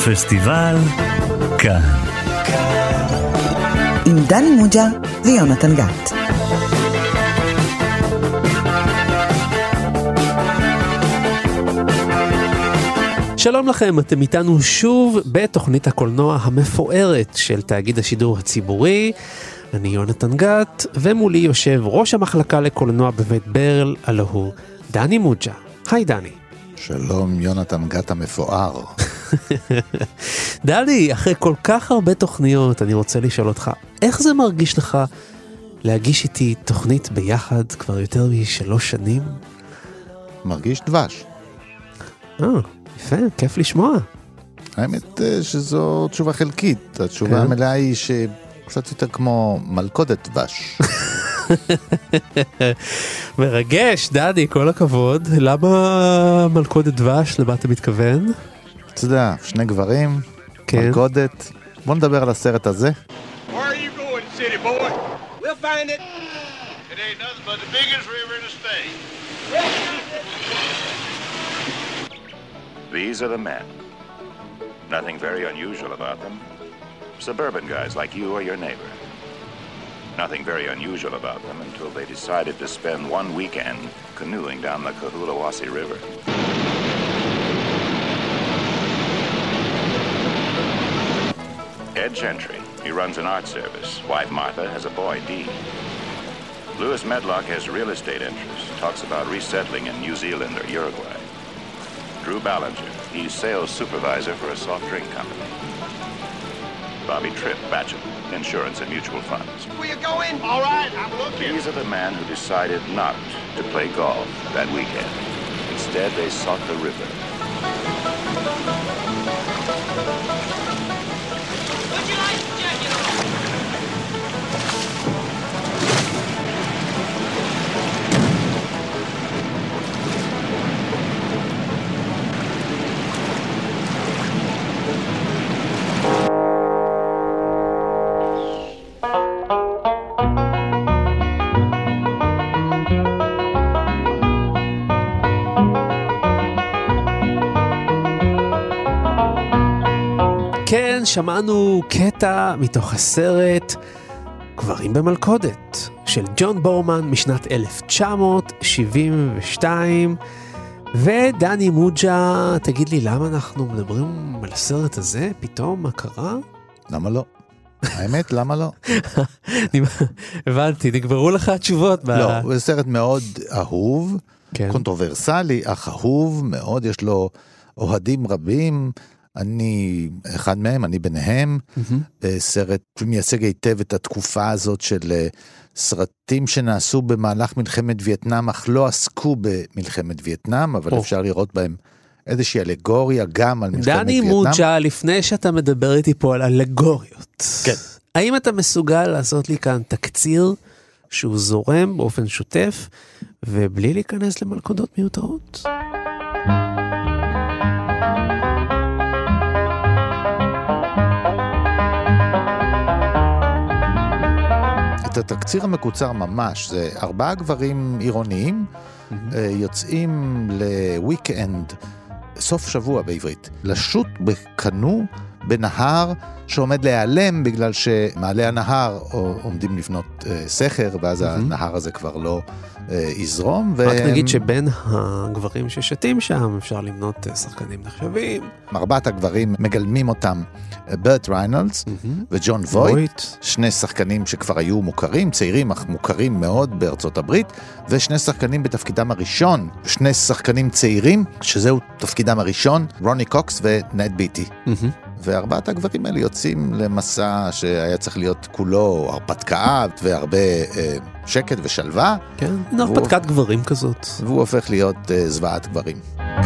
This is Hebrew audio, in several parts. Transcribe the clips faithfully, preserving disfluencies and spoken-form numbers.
פסטיבל כאן. עם דני מוג'ה ויונתן גת. שלום לכם, אתם איתנו שוב בתוכנית הקולנוע המפוארת של תאגיד השידור הציבורי. אני יונתן גת, ומולי יושב ראש המחלקה לקולנוע בבית ברל, הלוא הוא דני מוג'ה. היי דני. שלום יונתן גת המפואר. דני, אחרי כל כך הרבה תוכניות, אני רוצה לשאול אותך, איך זה מרגיש לך להגיש איתי תוכנית ביחד כבר יותר משלוש שנים? מרגיש דבש. אה, יפה, כיף לשמוע. האמת שזו תשובה חלקית. התשובה המלאה היא שקצת יותר כמו מלכודת דבש. מרגש, דני, כל הכבוד. למה מלכודת דבש? למה אתה מתכוון? אתה יודע, שני גברים, מלכודת. בוא נדבר על הסרט הזה. Where are you going, city boy? We'll find it. It ain't nothing but the biggest river in the state. These are the men. Nothing very unusual about them. Suburban guys like you or your neighbor. Nothing very unusual about them until they decided to spend one weekend canoeing down the Cohulawasi River. Ed Gentry, he runs an art service. Wife Martha has a boy, Dean. Louis Medlock has real estate interests, talks about resettling in New Zealand or Uruguay. Drew Ballinger, he's sales supervisor for a soft drink company. Bobby Tripp, bachelor, insurance and mutual funds. Will you go in? All right, I'm looking. These are the men who decided not to play golf that weekend. Instead, they sought the river. Would you like to check it out? כן, שמענו קטע מתוך הסרט גברים במלכודת של ג'ון בורמן משנת אלף תשע מאות שבעים ושתיים. ודני מוג'ה, תגיד לי, למה אנחנו מדברים על הסרט הזה? פתאום, מה קרה? למה לא? האמת, למה לא? הבנתי, נגברו לך התשובות. לא, זה סרט מאוד אהוב, קונטרוברסלי, אך אהוב מאוד, יש לו אוהדים רבים, אני אחד מהם, אני ביניהם, סרט שמייצג היטב את התקופה הזאת של סרטים שנעשו במהלך מלחמת וייטנאם, אך לא עסקו במלחמת וייטנאם, אבל אפשר לראות בהם איזושהי אלגוריה גם על מלחמת וייטנאם. דני מוג'ה, לפני שאתה מדבר איתי פה על אלגוריות, כן. האם אתה מסוגל לעשות לי כאן תקציר שהוא זורם באופן שוטף, ובלי להיכנס למלכודות מיותרות? את התקציר המקוצר ממש, זה ארבעה גברים עירוניים, mm-hmm. יוצאים לוויקנד, סוף שבוע בעברית, לשוט בקנו בנהר שעומד להיעלם בגלל שמעלה הנהר עומדים לבנות סכר, ואז mm-hmm. הנהר הזה כבר לא יזרום. רק ו... נגיד שבין הגברים ששתים שם אפשר למנות שחקנים נחשבים. ארבעת הגברים מגלמים אותם ברט ריינולדס mm-hmm. וג'ון וויט, שני שחקנים שכבר היו מוכרים, צעירים אך מוכרים מאוד בארצות הברית, ושני שחקנים בתפקידם הראשון, שני שחקנים צעירים, שזהו תפקידם הראשון, רוני קוקס ונד ביטי. Mm-hmm. וארבעת הגברים האלה יוצאים למסע שהיה צריך להיות כולו הרפתקה והרבה אה, שקט ושלווה. כן, הרפתקת גברים כזאת. והוא הופך להיות אה, זוועת גברים.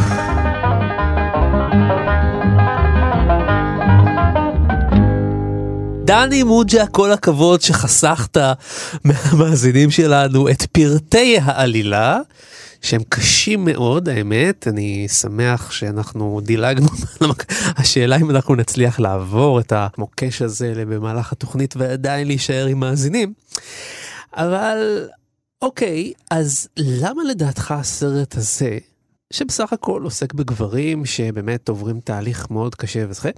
דני מוג'ה, כל הכבוד שחסכת מהמאזינים שלנו את פרטי העלילה, שהם קשים מאוד, האמת. אני שמח שאנחנו דילגנו. השאלה אם אנחנו נצליח לעבור את המוקש הזה במהלך התוכנית ועדיין להישאר עם מאזינים. אבל אוקיי, אז למה לדעתך הסרט הזה שבסך הכל עוסק בגברים שבאמת עוברים תהליך מאוד קשה וזה.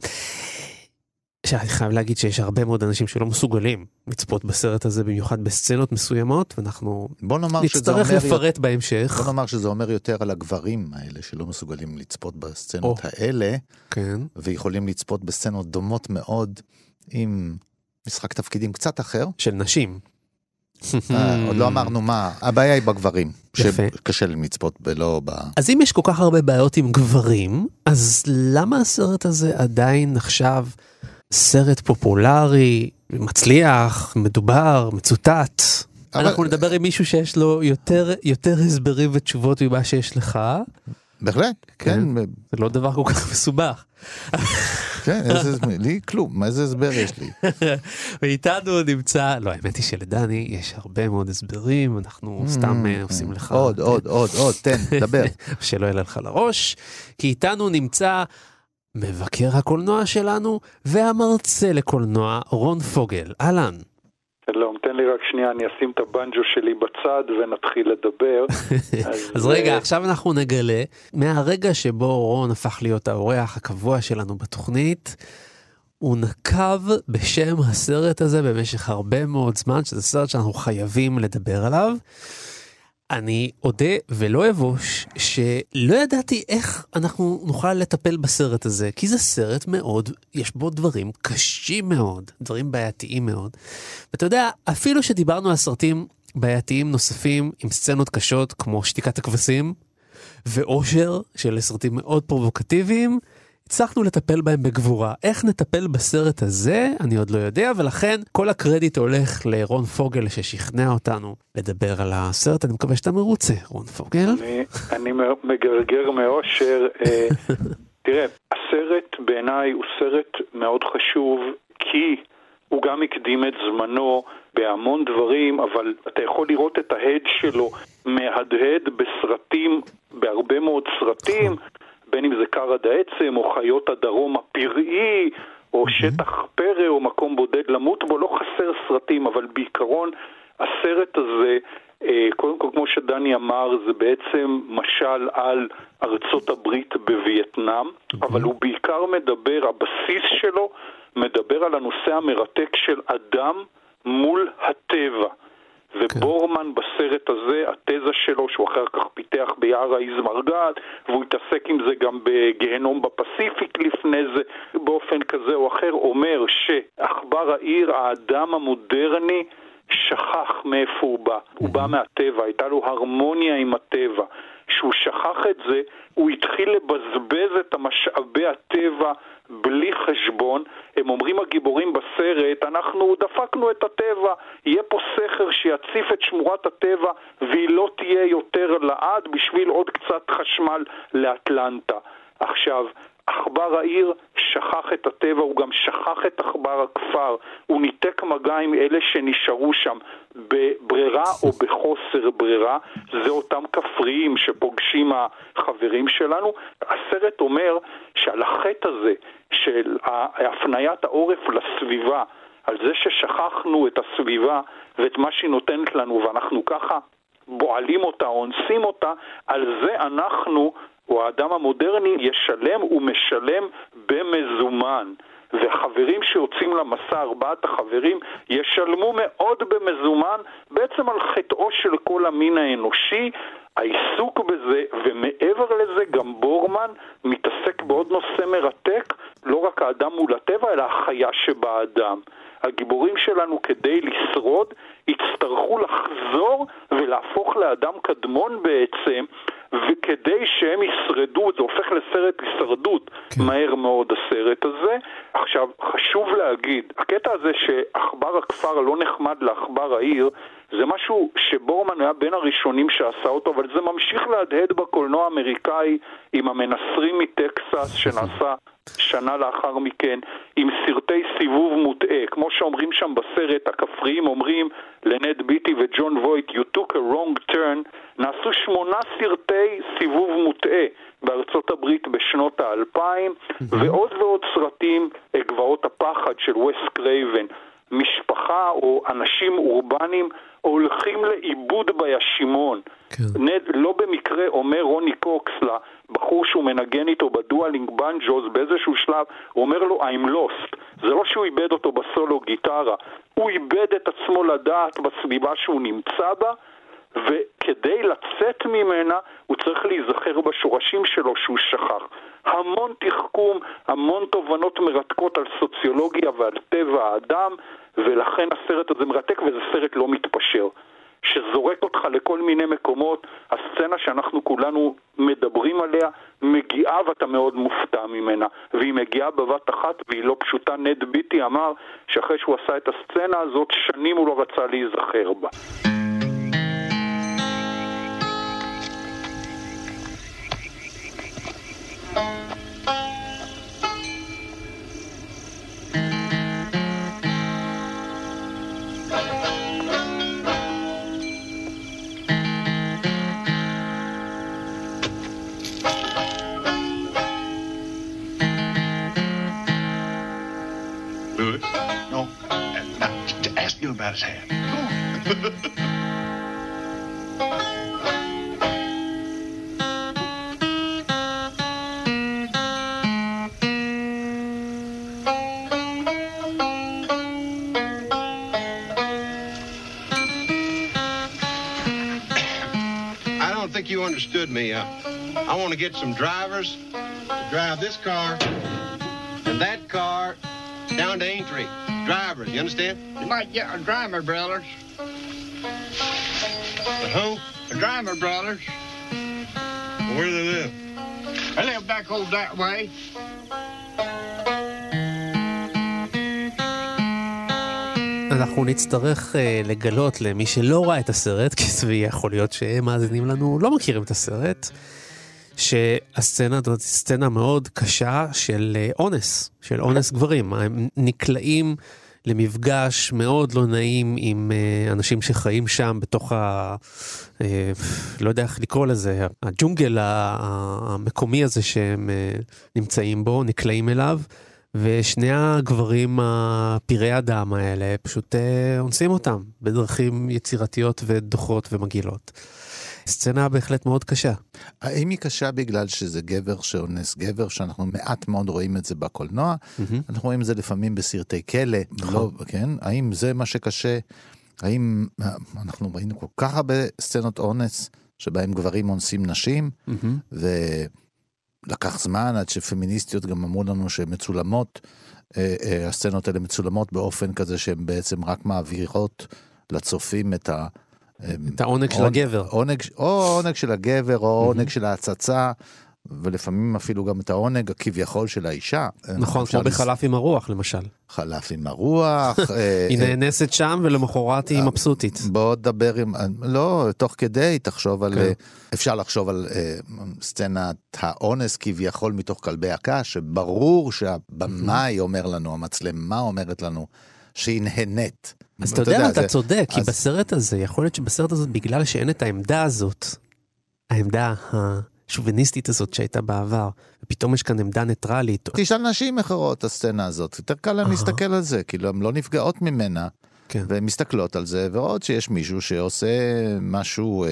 שאני חייב להגיד שיש הרבה מאוד אנשים שלא מסוגלים לצפות בסרט הזה, במיוחד בסצנות מסוימות, ואנחנו נצטרך לפרט בהמשך. בוא נאמר שזה אומר יותר על הגברים האלה שלא מסוגלים לצפות בסצנות האלה, ויכולים לצפות בסצנות דומות מאוד עם משחק תפקידים קצת אחר. של נשים. עוד לא אמרנו מה, הבעיה היא בגברים, שקשה להם לצפות ולא ב... אז אם יש כל כך הרבה בעיות עם גברים, אז למה הסרט הזה עדיין נחשב סרט פופולרי, מצליח, מדובר, מצוטט? אנחנו נדבר עם מישהו שיש לו יותר, יותר הסברים ותשובות ממה שיש לך. בהחלט, כן. זה לא דבר כל כך מסובך. כן, איזה, לי כלום, איזה הסבר יש לי? ואיתנו נמצא, לא, האמת היא שלדני יש הרבה מאוד הסברים, אנחנו סתם עושים לך... עוד, עוד, עוד, עוד, תן, דבר. שלא יעלה לך לראש, כי איתנו נמצא מבקר הקולנוע שלנו, והמרצה לקולנוע, רון פוגל. אהלן. שלום, תן לי רק שנייה, אני אשים את הבנג'ו שלי בצד ונתחיל לדבר. אז רגע, עכשיו אנחנו נגלה, מהרגע שבו רון הפך להיות האורח הקבוע שלנו בתוכנית, הוא נקב בשם הסרט הזה במשך הרבה מאוד זמן, שזה סרט שאנחנו חייבים לדבר עליו. אני אודה ולא אבוש שלא ידעתי איך אנחנו נוכל לטפל בסרט הזה, כי זה סרט מאוד, יש בו דברים קשים מאוד, דברים בעייתיים מאוד. ואתה יודע, אפילו שדיברנו על סרטים בעייתיים נוספים עם סצנות קשות כמו שתיקת הכבשים ואושר של סרטים מאוד פרובוקטיביים, הצלחנו לטפל בהם בגבורה. איך נטפל בסרט הזה, אני עוד לא יודע, ולכן כל הקרדיט הולך לרון פוגל ששכנע אותנו לדבר על הסרט. אני מקווה שאתה מרוצה, רון פוגל. אני, אני מגרגר מאושר. תראה, הסרט בעיניי הוא סרט מאוד חשוב, כי הוא גם הקדים את זמנו בהמון דברים, אבל אתה יכול לראות את ההד שלו מהדהד בסרטים, בהרבה מאוד סרטים, בין אם זה קרד העצם, או חיות הדרום הפראי, או שטח פרא, או מקום בודד למות בו, לא חסר סרטים, אבל בעיקרון הסרט הזה, קודם כל כמו שדני אמר, זה בעצם משל על ארצות הברית בווייטנאם, אבל הוא בעיקר מדבר, הבסיס שלו מדבר על הנושא המרתק של אדם מול הטבע. ובורמן בסרט הזה, התזה שלו, שהוא אחר כך פיתח ביער האיזמרגת, והוא התעסק עם זה גם בגהנום בפסיפיק לפני זה, באופן כזה או אחר, אומר שעכבר העיר, האדם המודרני, שכח מאיפה הוא בא. הוא בא מהטבע, הייתה לו הרמוניה עם הטבע. שהוא שכח את זה, הוא התחיל לבזבז את המשאבי הטבע בלי חשבון. הם אומרים הגיבורים בסרט, אנחנו דפקנו את הטבע, יהיה פה סכר שיציף את שמורת הטבע והיא לא תהיה יותר לעד בשביל עוד קצת חשמל לאטלנטה. עכשיו, עכבר העיר שכח את הטבע, הוא גם שכח את עכבר הכפר, הוא ניתק מגע עם אלה שנשארו שם בברירה או בחוסר ברירה, זה אותם כפריים שפוגשים החברים שלנו. הסרט אומר שעל החטא הזה של הפניית העורף לסביבה, על זה ששכחנו את הסביבה ואת מה שהיא נותנת לנו ואנחנו ככה בועלים אותה, אונסים אותה, על זה אנחנו או האדם המודרני ישלם ומשלם במזומן. וחברים שיוצאים למסע, ארבעת החברים, ישלמו מאוד במזומן, בעצם על חטאו של כל המין האנושי. העיסוק בזה, ומעבר לזה גם בורמן מתעסק בעוד נושא מרתק, לא רק האדם מול הטבע, אלא החיה שבאדם. הגיבורים שלנו כדי לשרוד יצטרכו לחזור ולהפוך לאדם קדמון בעצם, וכדי שהם ישרדו, זה הופך לסרט הישרדות כן. מהר מאוד הסרט הזה. עכשיו חשוב להגיד, הקטע הזה שעכבר הכפר לא נחמד לעכבר העיר, זה משהו שבורמן היה בין הראשונים שעשה אותו, אבל זה ממשיך להדהד בקולנוע האמריקאי עם המנסרים מטקסס שנעשה שנה לאחר מכן, עם סרטי סיבוב מוטעה, כמו שאומרים שם בסרט, הכפריים אומרים לנד ביטי וג'ון וויט, you took a wrong turn. נעשו שמונה סרטי סיבוב מוטעה בארצות הברית בשנות האלפיים, ועוד ועוד סרטים, גבעות הפחד של וס קרייבן משפחה או אנשים אורבניים הולכים לאיבוד בישימון. כן. נד, לא במקרה אומר רוני קוקס לבחור שהוא מנגן איתו בדואלינג בנג'וז באיזשהו שלב, הוא אומר לו I'm lost. זה לא שהוא איבד אותו בסולו גיטרה, הוא איבד את עצמו לדעת בסביבה שהוא נמצא בה, וכדי לצאת ממנה הוא צריך להיזכר בשורשים שלו שהוא שכח. המון תחכום, המון תובנות מרתקות על סוציולוגיה ועל טבע האדם, ולכן הסרט הזה מרתק, וזה סרט לא מתפשר שזורק אותך לכל מיני מקומות. הסצנה שאנחנו כולנו מדברים עליה מגיעה ואתה מאוד מופתע ממנה, והיא מגיעה בבת אחת והיא לא פשוטה. נד ביטי אמר שאחרי שהוא עשה את הסצנה הזאת שנים הוא לא רצה להיזכר בה. Louis? No. Now, ask Neil about his hat. Go on. You understood me. Uh, I want to get some drivers to drive this car and that car down to Aintree. Drivers, you understand? You might get a driver, brothers. The who? The driver, brothers. Well, where do they live? They live back over that way. אנחנו נצטרך uh, לגלות למי שלא ראה את הסרט, כי זה יכול להיות שהם מאזינים לנו, לא מכירים את הסרט, שהסצנה הזאת היא סצנה מאוד קשה של uh, אונס, של אונס גברים. הם נקלעים למפגש מאוד לא נעים עם uh, אנשים שחיים שם בתוך ה... Uh, לא יודע איך לקרוא לזה, הג'ונגל המקומי הזה שהם uh, נמצאים בו, נקלעים אליו, ושני הגברים הפירי אדם האלה פשוט אונסים אותם בדרכים יצירתיות ודוחות ומגילות. סצנה בהחלט מאוד קשה. האם היא קשה בגלל שזה גבר שאונס גבר, שאנחנו מעט מאוד רואים את זה בקולנוע, mm-hmm. אנחנו רואים את זה לפעמים בסרטי כלא, לא, כן? האם זה מה שקשה? האם אנחנו ראינו כל כך הרבה סצנות אונס שבהם גברים אונסים נשים, mm-hmm. ו... לקח זמן עד שפמיניסטיות גם אמרו לנו שהן מצולמות, הסצנות האלה מצולמות באופן כזה שהן בעצם רק מעבירות לצופים את ה... את העונג של הגבר. או עונג של הגבר, או עונג של ההצצה, ולפעמים אפילו גם את העונג הכביכול של האישה. נכון, כמו בחלף עם הרוח למשל. חלף עם הרוח. היא נאנסת שם ולמחרת היא מבסוטית. בוא דבר עם, לא, תוך כדי תחשוב על, אפשר לחשוב על סצנת האונס כביכול מתוך כלבי הקש, שברור שהבמאי אומר לנו, המצלמה אומרת לנו, שהיא נהנית. אז אתה יודע, אתה צודק, כי בסרט הזה, יכול להיות שבסרט הזאת, בגלל שאין את העמדה הזאת, העמדה השוביניסטית הזאת שהייתה בעבר, ופתאום יש כאן עמדה ניטרלית. תשאל נשים אחרות, הסצנה הזאת, יותר קל להם להסתכל על זה, כאילו הן לא נפגעות ממנה, והן מסתכלות על זה, ועוד שיש מישהו שעושה משהו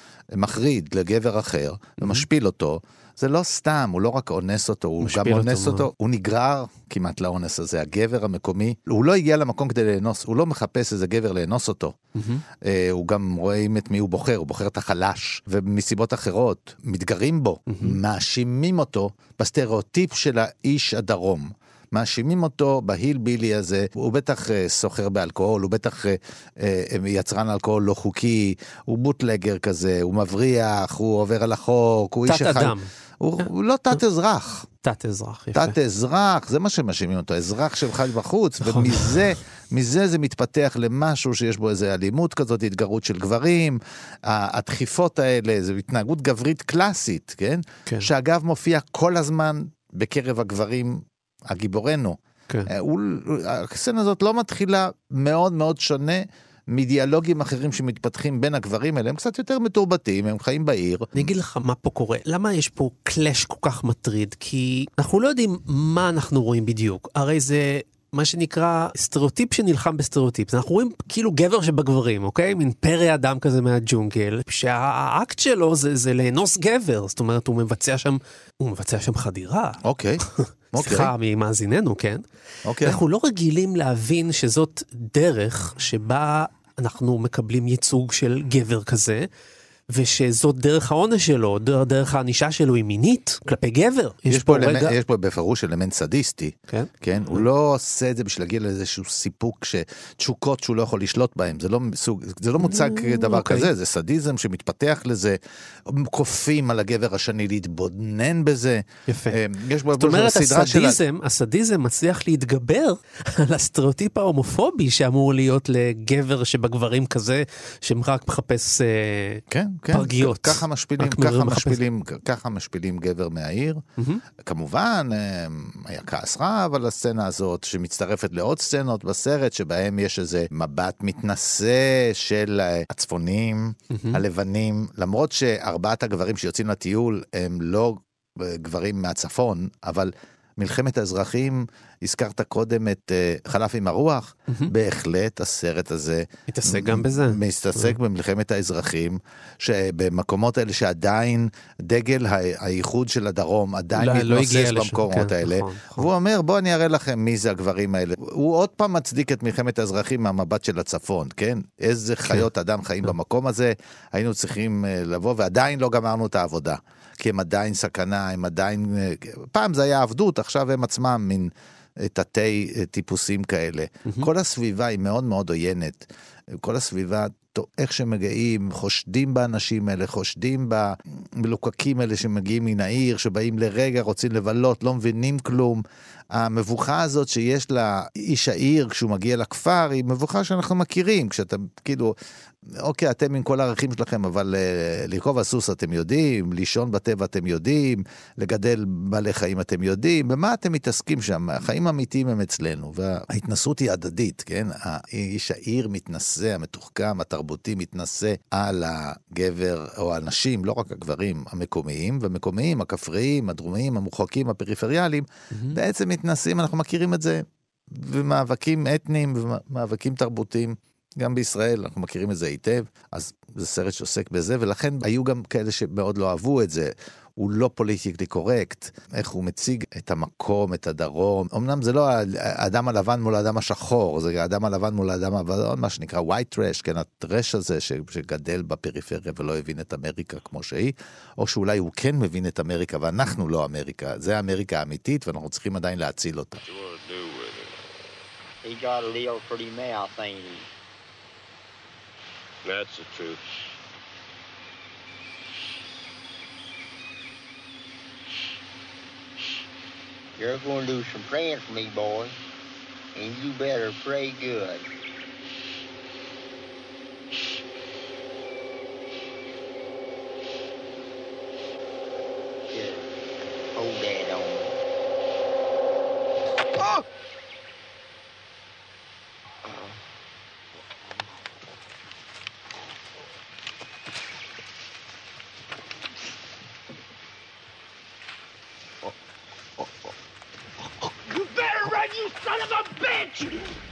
מחריד לגבר אחר, ומשפיל אותו, זה לא סתם, הוא לא רק אונס אותו, הוא גם אונס אותו, אותו הוא נגרר כמעט לאונס הזה, הגבר המקומי, הוא לא הגיע למקום כדי לאנוס, הוא לא מחפש איזה גבר לאנוס אותו, mm-hmm. אה, הוא גם רואה את מי הוא בוחר, הוא בוחר את החלש, ומסיבות אחרות, מתגרים בו, mm-hmm. מאשימים אותו בסטריאוטיפ של האיש הדרום, מאשימים אותו בהילבילי הזה, הוא בטח אה, סוחר באלכוהול, הוא בטח אה, אה, יצרן אלכוהול לא חוקי, הוא בוטלגר כזה, הוא מבריח, הוא עובר על החוק, הוא איש אחד. הוא, הוא לא תת אזרח. תת אזרח, יפה. תת אזרח, זה מה שמאשימים אותו, אזרח שחי בחוץ, ומזה מזה זה מתפתח למשהו שיש בו איזו אלימות כזאת, התגרות של גברים, הדחיפות האלה, זו התנהגות גברית קלאסית, כן? כן. שאגב מופיע כל הזמן בקרב הגברים הגיבורנו. כן. הסצנה הזאת לא מתחילה מאוד מאוד שונה מדיאלוגים אחרים שמתפתחים בין הגברים האלה, הם קצת יותר מתורבתים, הם חיים בעיר. אני אגיד לך מה פה קורה, למה יש פה קלאש כל כך מטריד? כי אנחנו לא יודעים מה אנחנו רואים בדיוק, הרי זה מה שנקרא סטריאוטיפ שנלחם בסטריאוטיפ. אנחנו רואים כאילו גבר שבגברים, אוקיי? מין פרא אדם כזה מהג'ונגל, שהאקט שלו זה, זה לאנוס גבר, זאת אומרת, הוא מבצע שם, הוא מבצע שם חדירה. אוקיי. סליחה, ממאזיננו, כן? אוקיי. אנחנו לא רגילים להבין שזאת דרך שבה אנחנו מקבלים ייצוג של גבר כזה, ושזאת דרך העונש שלו, דרך הענישה שלו היא מינית כלפי גבר. יש, יש, פה, פה רגע... יש פה בפירוש אלמנט סדיסטי, כן? כן? Mm-hmm. הוא לא עושה את זה בשביל להגיע לאיזשהו סיפוק שתשוקות שהוא לא יכול לשלוט בהם, זה לא, סוג, זה לא מוצג mm-hmm. דבר okay. כזה, זה סדיזם שמתפתח לזה, כופים על הגבר השני להתבונן בזה. יפה. יש בו זאת אומרת, הסדיזם, של... הסדיזם מצליח להתגבר על הסטריאוטיפ ההומופובי שאמור להיות לגבר שבגברים כזה, שרק מחפש... כן. כן, פרגיות. ככה משפילים, ככה משפילים, ככה משפילים גבר מהעיר. Mm-hmm. כמובן, היה כעס רב על הסצנה הזאת, שמצטרפת לעוד סצנות בסרט, שבהם יש איזה מבט מתנשא של הצפונים, mm-hmm. הלבנים, למרות שארבעת הגברים שיוצאים לטיול, הם לא גברים מהצפון, אבל מלחמת האזרחים, הזכרת קודם את uh, חלף עם הרוח, mm-hmm. בהחלט הסרט הזה מתעסק גם בזה. מתעסק mm-hmm. במלחמת האזרחים, שבמקומות האלה שעדיין דגל הייחוד של הדרום, עדיין לא, מתנוסס לא במקומות כן, האלה, נכון, נכון. והוא אומר, בוא אני אראה לכם מי זה הגברים האלה. הוא עוד פעם מצדיק את מלחמת האזרחים מהמבט של הצפון, כן? איזה חיות כן. אדם חיים כן. במקום הזה, היינו צריכים uh, לבוא, ועדיין לא גמרנו את העבודה. כי הם עדיין סכנה, הם עדיין, פעם זה היה עבדות, עכשיו הם עצמם מין תתי טיפוסים כאלה. Mm-hmm. כל הסביבה היא מאוד מאוד עוינת, כל הסביבה, איך שמגיעים, חושדים באנשים האלה, חושדים במלוקקים האלה שמגיעים מן העיר, שבאים לרגע, רוצים לבלות, לא מבינים כלום. המבוכה הזאת שיש לאיש העיר כשהוא מגיע לכפר, היא מבוכה שאנחנו מכירים, כשאתה כאילו, אוקיי, אתם עם כל הערכים שלכם, אבל uh, לרכוב הסוס אתם יודעים, לישון בטבע אתם יודעים, לגדל בעלי חיים אתם יודעים, במה אתם מתעסקים שם? החיים האמיתיים הם אצלנו, וההתנסות היא הדדית, כן? האיש העיר מתנסה, המתוחכם, התרבותי מתנסה על הגבר או הנשים, לא רק הגברים המקומיים, והמקומיים, הכפריים, הדרומיים, המורחקים, הפריפריאליים, mm-hmm. בעצם מתנסים, אנחנו מכירים את זה, ומאבקים אתניים ומאבקים תרבותיים, גם בישראל, אנחנו מכירים את זה היטב, אז זה סרט שעוסק בזה, ולכן היו גם כאלה שמאוד לא אהבו את זה, הוא לא פוליטיקלי קורקט, איך הוא מציג את המקום, את הדרום, אמנם זה לא האדם הלבן מול האדם השחור, זה האדם הלבן מול האדם הלבן, מה שנקרא white trash, כן, הטרש הזה שגדל בפריפריה ולא הבין את אמריקה כמו שהיא, או שאולי הוא כן מבין את אמריקה, ואנחנו לא אמריקה, זה אמריקה האמיתית, ואנחנו צריכים עדיין להציל אותה. He got a little pretty mouth, ain't he? That's the truth. You're going to do some praying for me, boy, and you better pray good. Here, hold that on. Oh! You son of a bitch!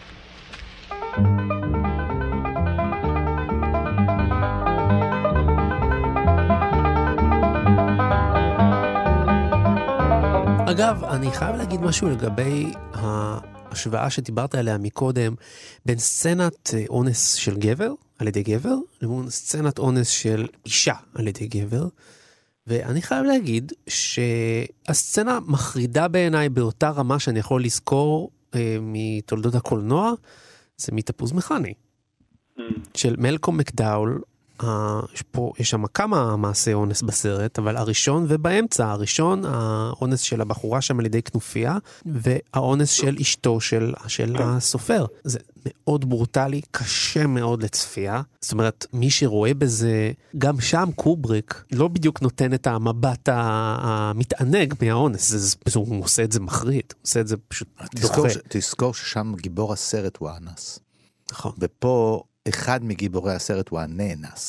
אגב, אני חייב להגיד משהו לגבי ההשוואה שדיברת עליה מקודם, בין סצנת אונס של גבר, על ידי גבר, לבין סצנת אונס של אישה על ידי גבר, ואני חייב להגיד שהסצנה מחרידה בעיניי באותה רמה שאני יכול לזכור אה, מתולדות הקולנוע, זה מתפוז מכני. Mm. של מלקום מקדאול, אה, יש, פה, יש שם כמה מעשי אונס בסרט, אבל הראשון ובאמצע, הראשון, האונס של הבחורה שם על ידי כנופיה, והאונס של אשתו של, של הסופר. זה מאוד ברוטלי, קשה מאוד לצפייה. זאת אומרת, מי שרואה בזה, גם שם קובריק לא בדיוק נותן את המבט המתענג מהאונס, זה, זה, הוא עושה את זה מחריד, הוא עושה את זה פשוט דוחה. ש, תזכור ששם גיבור הסרט הוא האנס. נכון. ופה אחד מגיבורי הסרט הוא הנאנס.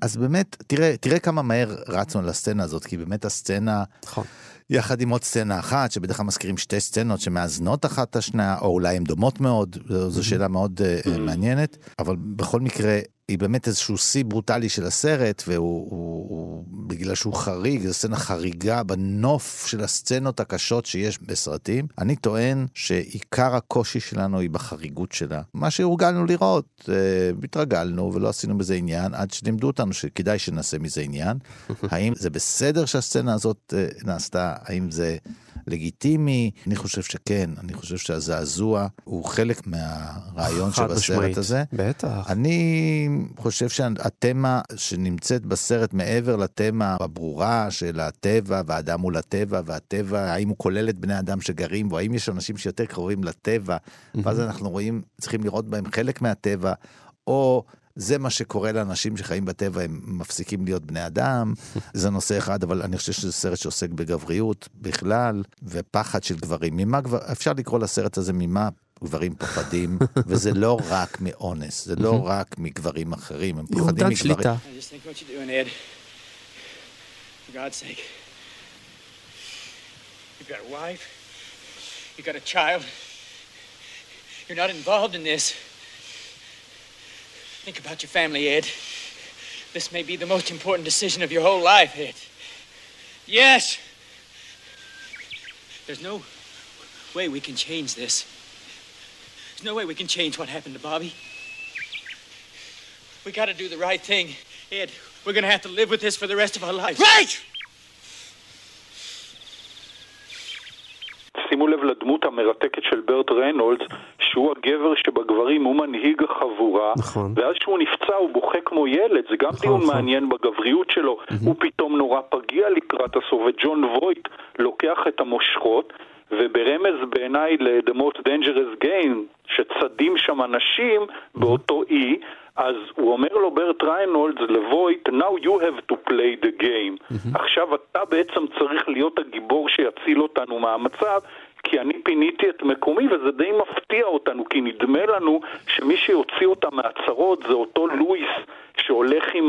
אז באמת, תראה, תראה כמה מהר רצנו לסצנה הזאת, כי באמת הסצנה, נכון. יחד עם עוד סצנה אחת, שבדרך כלל מזכירים שתי סצנות שמאזנות אחת את השנייה, או אולי הן דומות מאוד, זו שאלה מאוד uh, מעניינת, אבל בכל מקרה, היא באמת איזשהו שיא ברוטלי של הסרט, והוא, הוא, הוא, בגלל שהוא חריג, זו סצנה חריגה בנוף של הסצנות הקשות שיש בסרטים. אני טוען שעיקר הקושי שלנו היא בחריגות שלה. מה שהורגלנו לראות, התרגלנו ולא עשינו בזה עניין, עד שלימדו אותנו שכדאי שנעשה מזה עניין. האם זה בסדר שהסצנה הזאת נעשתה? האם זה לגיטימי? אני חושב שכן, אני חושב שהזעזוע הוא חלק מהרעיון שבסרט הזה. בטח. אני חושב שהתמה שנמצאת בסרט מעבר לתמה הברורה של הטבע והאדם מול הטבע, והטבע, האם הוא כולל את בני אדם שגרים בו, האם יש אנשים שיותר קרובים לטבע, ואז אנחנו רואים, צריכים לראות בהם חלק מהטבע, או זה מה שקורה לאנשים שחיים בטבע, הם מפסיקים להיות בני אדם, זה נושא אחד, אבל אני חושב שזה סרט שעוסק בגבריות בכלל, ופחד של גברים. ממה גבר, אפשר לקרוא לסרט הזה ממה גברים פוחדים, וזה לא רק מאונס, זה לא רק מגברים אחרים, הם פוחדים מגברים. שליטה. I just think what you're doing, Ed. For God's sake. You've got a wife. You've got a child. You're not involved in this. Think about your family, Ed. This may be the most important decision of your whole life, Ed. Yes! There's no way we can change this. There's no way we can change what happened to Bobby. We gotta do the right thing. Ed, we're gonna have to live with this for the rest of our lives. Right! שימו לב לדמות המרתקת של ברט ריינולדס, שהוא הגבר שבגברים הוא מנהיג החבורה, נכון. ואז שהוא נפצע הוא בוכה כמו ילד, זה גם נכון, דיון נכון. מעניין בגבריות שלו, mm-hmm. הוא פתאום נורא פגיע לקראת הסוף, וג'ון וויט לוקח את המושכות, וברמז בעיניי ל-The Most Dangerous Game, שצדים שם אנשים mm-hmm. באותו אי, אז הוא אומר לו ברט ריינולדס לוויט, now you have to play the game. Mm-hmm. עכשיו אתה בעצם צריך להיות הגיבור שיציל אותנו מהמצב, כי אני פיניתי את מקומי, וזה די מפתיע אותנו, כי נדמה לנו שמי שיוציא אותה מהצרות זה אותו לואיס, שהולך עם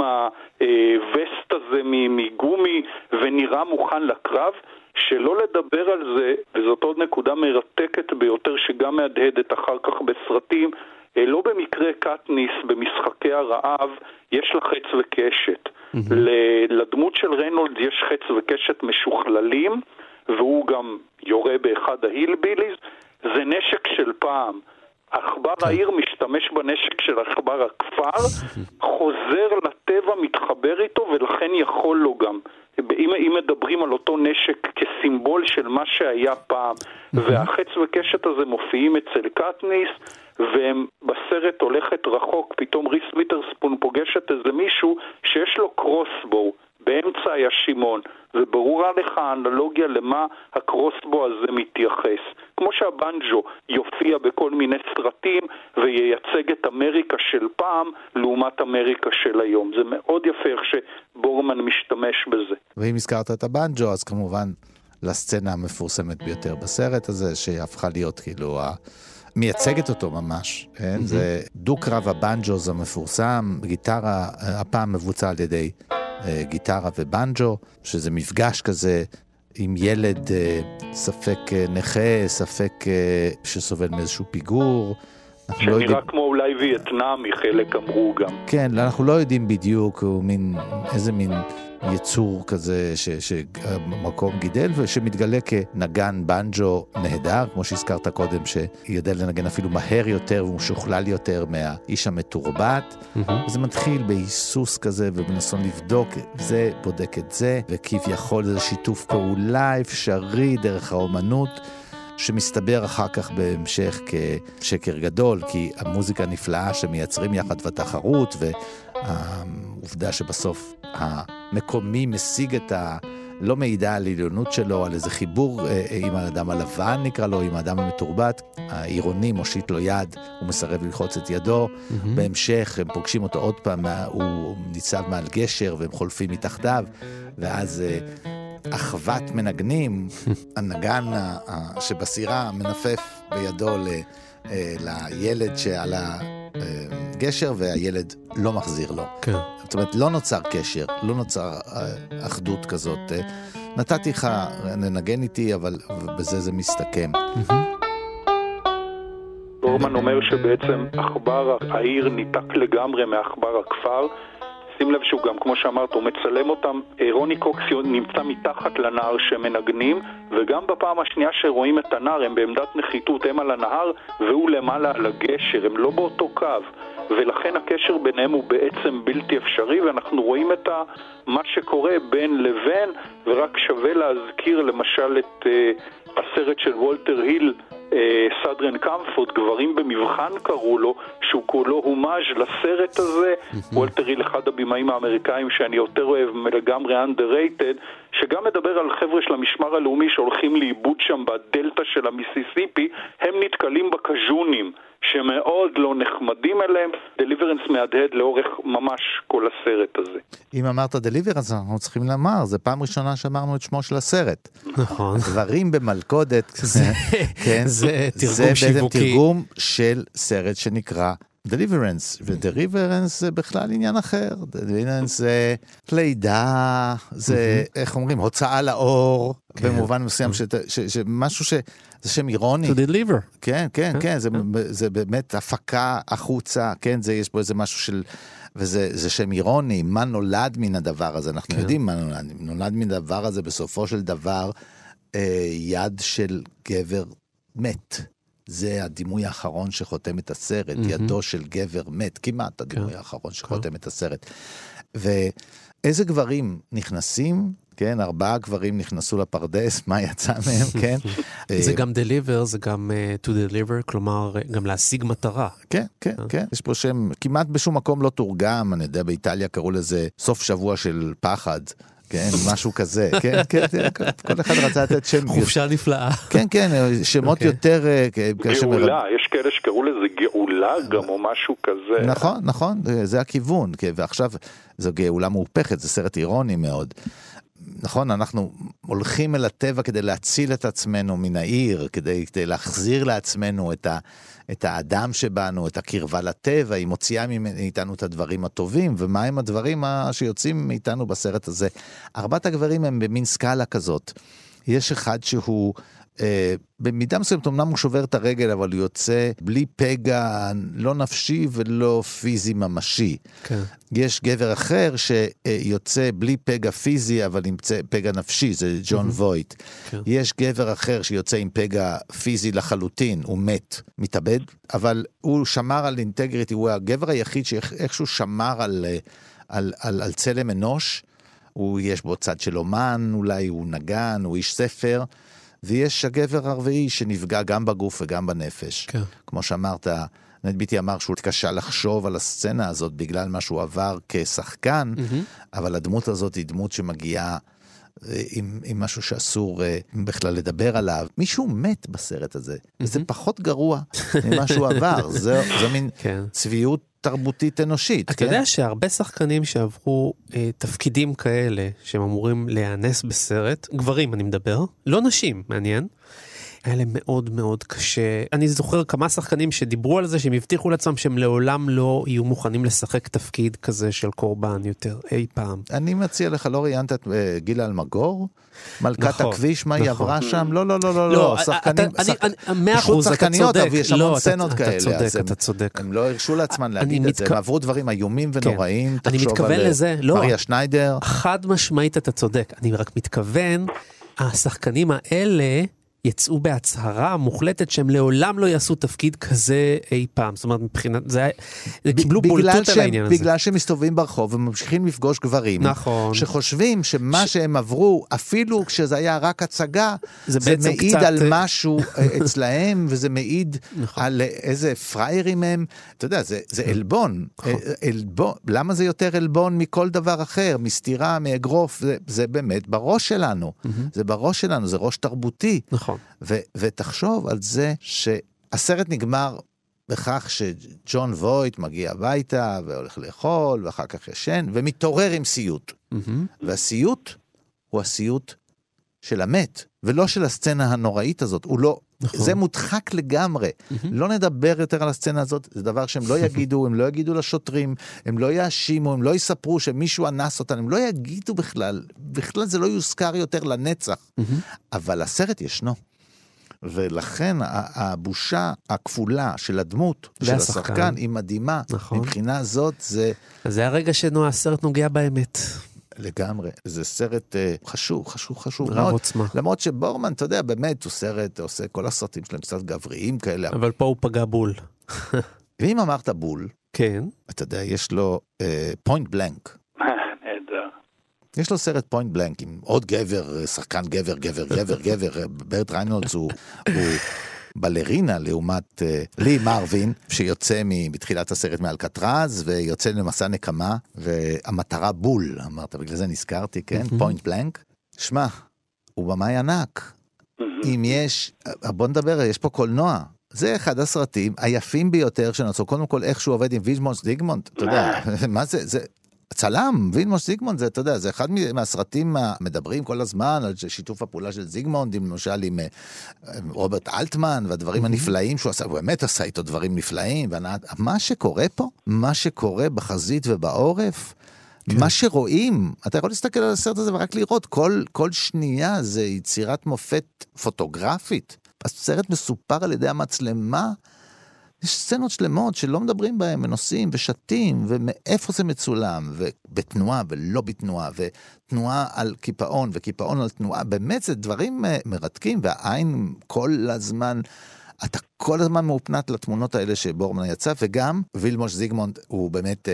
הווסט הזה מגומי ונראה מוכן לקרב, שלא לדבר על זה, וזאת עוד נקודה מרתקת ביותר שגם מהדהדת אחר כך בסרטים, לא במקרה קטניס במשחקי הרעב יש לה חץ וקשת. Mm-hmm. לדמות של ריינולד יש חץ וקשת משוכללים, והוא גם יורה באחד ההילביליז. זה נשק של פעם. עכבר העיר משתמש בנשק של עכבר הכפר, חוזר לטבע, מתחבר איתו, ולכן יכול לו גם. אם, אם מדברים על אותו נשק כסימבול של מה שהיה פעם, והחץ וקשת הזה מופיעים אצל קטניס, והם בסרט הולכת רחוק, פתאום ריס ויטרספון פוגשת איזה מישהו שיש לו קרוסבו באמצע הישימון, וברורה לך האנלוגיה למה הקרוסבו הזה מתייחס. כמו שהבנג'ו יופיע בכל מיני סרטים וייצג את אמריקה של פעם לעומת אמריקה של היום. זה מאוד יפה איך שבורמן משתמש בזה. ואם הזכרת את הבנג'ו, אז כמובן לסצנה המפורסמת ביותר בסרט הזה, שהפכה להיות כאילו ה... מייצגת אותו ממש, כן? Mm-hmm. זה דו-קרב הבנג'וז המפורסם, גיטרה, הפעם מבוצע על ידי אה, גיטרה ובנג'ו, שזה מפגש כזה עם ילד אה, ספק אה, נכה, ספק אה, שסובל מאיזשהו פיגור. שנראה לא יודע... כמו אולי וייטנאמי, חלק אמרו גם. כן, אנחנו לא יודעים בדיוק הוא מין, איזה מין יצור כזה שמקום גידל, ושמתגלה כנגן בנג'ו נהדר, כמו שהזכרת קודם, שיודע לנגן אפילו מהר יותר ומשוכלל יותר מהאיש המתורבת. Mm-hmm. וזה מתחיל בהיסוס כזה ובנסון לבדוק, זה בודק את זה, וכביכול זה שיתוף פעולה אפשרי דרך האומנות, שמסתבר אחר כך בהמשך כשקר גדול, כי המוזיקה נפלאה שמייצרים יחד בתחרות, והעובדה שבסוף המקומי משיג את ה... לא מעידה על עליונות שלו, על איזה חיבור עם האדם הלבן נקרא לו, עם האדם המתורבת, העירוני מושיט לו יד, הוא מסרב ללחוץ את ידו, mm-hmm. בהמשך הם פוגשים אותו עוד פעם, הוא ניצב מעל גשר והם חולפים מתחתיו, ואז... אחוות מנגנים, הנגן שבסירה מנפף בידו ל, לילד שעל גשר והילד לא מחזיר לו. כן. זאת אומרת, לא נוצר קשר, לא נוצר אחדות כזאת. נתתי לך, ננגן איתי, אבל בזה זה מסתכם. דורמן אומר שבעצם עכבר העיר ניתק לגמרי מעכבר הכפר. שים לב שהוא גם, כמו שאמרת, הוא מצלם אותם. רוני קוקס נמצא מתחת לנהר שמנגנים, וגם בפעם השנייה שרואים את הנהר, הם בעמדת נחיתות, הם על הנהר, והוא למעלה על הגשר, הם לא באותו קו. ולכן הקשר ביניהם הוא בעצם בלתי אפשרי, ואנחנו רואים את מה שקורה בין לבין, ורק שווה להזכיר למשל את uh, הסרט של וולטר היל, סאדרן קמפורד, גברים במבחן קראו לו, שהוא כולו הומאז' לסרט הזה. וולטר היל, אחד הבימאים האמריקאים שאני יותר אוהב, לגמרי underrated, שגם מדבר על חבר'ה של המשמר הלאומי שהולכים לאיבוד שם בדלטה של המיסיסיפי. הם נתקלים בקז'ונים שמאוד לא נחמדים אליהם. דליברנס מהדהד לאורך ממש כל הסרט הזה. אם אמרת דליברנס, אנחנו צריכים לומר, זה פעם ראשונה שאמרנו את שמו של הסרט. נכון. דברים במלכודת. כן, זה תרגום זה שיווקי. בעצם תרגום של סרט שנקרא דליברנס, ודליברנס זה בכלל עניין אחר. דליברנס זה לידה, זה, איך אומרים, הוצאה לאור, במובן מסוים, שמשהו ש... זה שם אירוני. To deliver. כן, כן, כן, זה באמת הפקה החוצה, כן, זה יש בו איזה משהו של... וזה שם אירוני, מה נולד מן הדבר הזה? אנחנו יודעים מה נולד. נולד מן הדבר הזה בסופו של דבר יד של גבר מת. זה הדימוי האחרון שחותם את הסרט, mm-hmm. ידו של גבר מת, כמעט הדימוי האחרון שחותם את הסרט. ואיזה גברים נכנסים, כן, ארבעה גברים נכנסו לפרדס, מה יצא מהם, כן? זה גם deliver, זה גם uh, to deliver, כלומר, גם להשיג מטרה. כן, כן, כן. יש פה שם, כמעט בשום מקום לא תורגם, אני יודע, באיטליה קראו לזה סוף שבוע של פחד, כן, משהו כזה, כן, כן, כל אחד רצה לתת שם. חופשה נפלאה. כן, כן, שמות יותר... גאולה, יש כאלה שקראו לזה גאולה גם, או משהו כזה. נכון, נכון, זה הכיוון, ועכשיו זו גאולה מהופכת, זה סרט אירוני מאוד. נכון, אנחנו הולכים אל הטבע כדי להציל את עצמנו מן העיר, כדי, כדי להחזיר לעצמנו את, ה, את האדם שבנו, את הקרבה לטבע, היא מוציאה מאיתנו את הדברים הטובים, ומה הם הדברים שיוצאים מאיתנו בסרט הזה. ארבעת הגברים הם במין סקאלה כזאת. יש אחד שהוא... אה, במידה מסוימת אמנם הוא שובר את הרגל, אבל הוא יוצא בלי פגע לא נפשי ולא פיזי ממשי. כן. יש גבר אחר שיוצא בלי פגע פיזי, אבל עם פגע נפשי, זה ג'ון mm-hmm. וויט. כן. יש גבר אחר שיוצא עם פגע פיזי לחלוטין, הוא מת, מתאבד, אבל הוא שמר על אינטגריטי, הוא הגבר היחיד שאיכשהו שמר על, על, על, על צלם אנוש, הוא יש בו צד של אומן, אולי הוא נגן, הוא איש ספר, ויש הגבר הרביעי שנפגע גם בגוף וגם בנפש. כן. כמו שאמרת, נט ביטי אמר שהוא התקשה לחשוב על הסצנה הזאת בגלל מה שהוא עבר כשחקן, mm-hmm. אבל הדמות הזאת היא דמות שמגיעה עם, עם משהו שאסור בכלל לדבר עליו. מישהו מת בסרט הזה, mm-hmm. וזה פחות גרוע ממה שהוא עבר. זו, זו מין כן. צביעות תרבותית אנושית. אתה כן? יודע שהרבה שחקנים שעברו אה, תפקידים כאלה, שהם אמורים להיאנס בסרט, גברים אני מדבר, לא נשים, מעניין, היה להם מאוד מאוד קשה. אני זוכר כמה שחקנים שדיברו על זה, שהם הבטיחו לעצמם שהם לעולם לא יהיו מוכנים לשחק תפקיד כזה של קורבן יותר אי פעם. אני מציע לך, לא ראיינת את גילה אלמגור? מלכת נכון, הכביש, מה נכון. היא עברה שם? לא, לא, לא, לא, לא. שחקנים, אתה, שח... אני, מאה אחוז, אתה צודק. יש המון סצנות אתה, כאלה. אתה צודק, אתה צודק. הם לא הרשו לעצמן להגיד את זה, הם עברו דברים איומים ונוראים. אני מתכוון לזה, לא. מריה שניידר. חד משמעית אתה צודק. אני רק מתכוון, השחקנים האלה, יצאו בהצהרה מוחלטת שהם לעולם לא יעשו תפקיד כזה אי פעם. זאת אומרת, מבחינת, זה קיבלו בולטות על העניין הזה. בגלל שהם מסתובבים ברחוב וממשיכים לפגוש גברים, נכון. שחושבים שמה שהם עברו, אפילו כשזה היה רק הצגה, זה מעיד על משהו אצלהם, וזה מעיד על איזה פריירים הם. אתה יודע, זה אלבון. למה זה יותר אלבון מכל דבר אחר? מסתירה, מאגרוף, זה באמת בראש שלנו. זה בראש שלנו, זה ראש תרבותי. נכון. ו- ותחשוב על זה שהסרט נגמר בכך שג'ון וויט מגיע הביתה והולך לאכול ואחר כך ישן ומתעורר עם סיוט. Mm-hmm. והסיוט הוא הסיוט של המת ולא של הסצנה הנוראית הזאת. הוא לא, נכון. זה מודחק לגמרי. Mm-hmm. לא נדבר יותר על הסצנה הזאת, זה דבר שהם לא יגידו, הם לא יגידו לשוטרים, הם לא יאשימו, הם לא יספרו שמישהו אנס אותם, הם לא יגידו בכלל, בכלל זה לא יוזכר יותר לנצח. Mm-hmm. אבל הסרט ישנו. ולכן הבושה הכפולה של הדמות, של השחקן, היא מדהימה. נכון. מבחינה זאת זה... זה הרגע שנו, הסרט נוגע באמת. לגמרי. זה סרט uh, חשוב, חשוב, חשוב. רב עוצמה. למרות שבורמן, אתה יודע, באמת הוא סרט, עושה כל הסרטים שלהם קצת גבריים כאלה. אבל פה הוא פגע בול. ואם אמרת בול, כן. אתה יודע, יש לו פוינט בלנק. יש לו סרט פוינט בלנק עם עוד גבר, שחקן גבר, גבר, גבר, גבר. ברט ריינולדס הוא, הוא בלרינה לעומת uh, לי מרווין, שיוצא בתחילת הסרט מאלקטרז, ויוצא למסע נקמה, והמטרה בול, אמרת, בגלל זה נזכרתי, כן? פוינט בלנק. שמע, הוא במאי ענק. אם יש, בוא נדבר, יש פה קולנוע. זה אחד הסרטים היפים ביותר שנעשו. קודם כל, איך שהוא עובד עם ויזמונט זיגמונט, אתה יודע, מה זה? זה... צלם, וילמוש זיגמונד, זה, אתה יודע, זה אחד מהסרטים המדברים כל הזמן על שיתוף הפעולה של זיגמונד, למשל עם רוברט אלטמן, והדברים הנפלאים שהוא עשה, הוא באמת עשה איתו דברים נפלאים, מה שקורה פה, מה שקורה בחזית ובעורף, מה שרואים, אתה יכול להסתכל על הסרט הזה ורק לראות, כל, כל שנייה זה יצירת מופת פוטוגרפית, הסרט מסופר על ידי המצלמה, יש סצנות שלמות שלא מדברים בהם, ונוסעים ושתים, ומאיפה זה מצולם, ובתנועה ולא בתנועה, ותנועה על קיפאון, וקיפאון על תנועה, באמת זה דברים מרתקים, והעין כל הזמן, אתה כל הזמן מאופנת לתמונות האלה שבורמן יצא, וגם וילמוש זיגמונד הוא באמת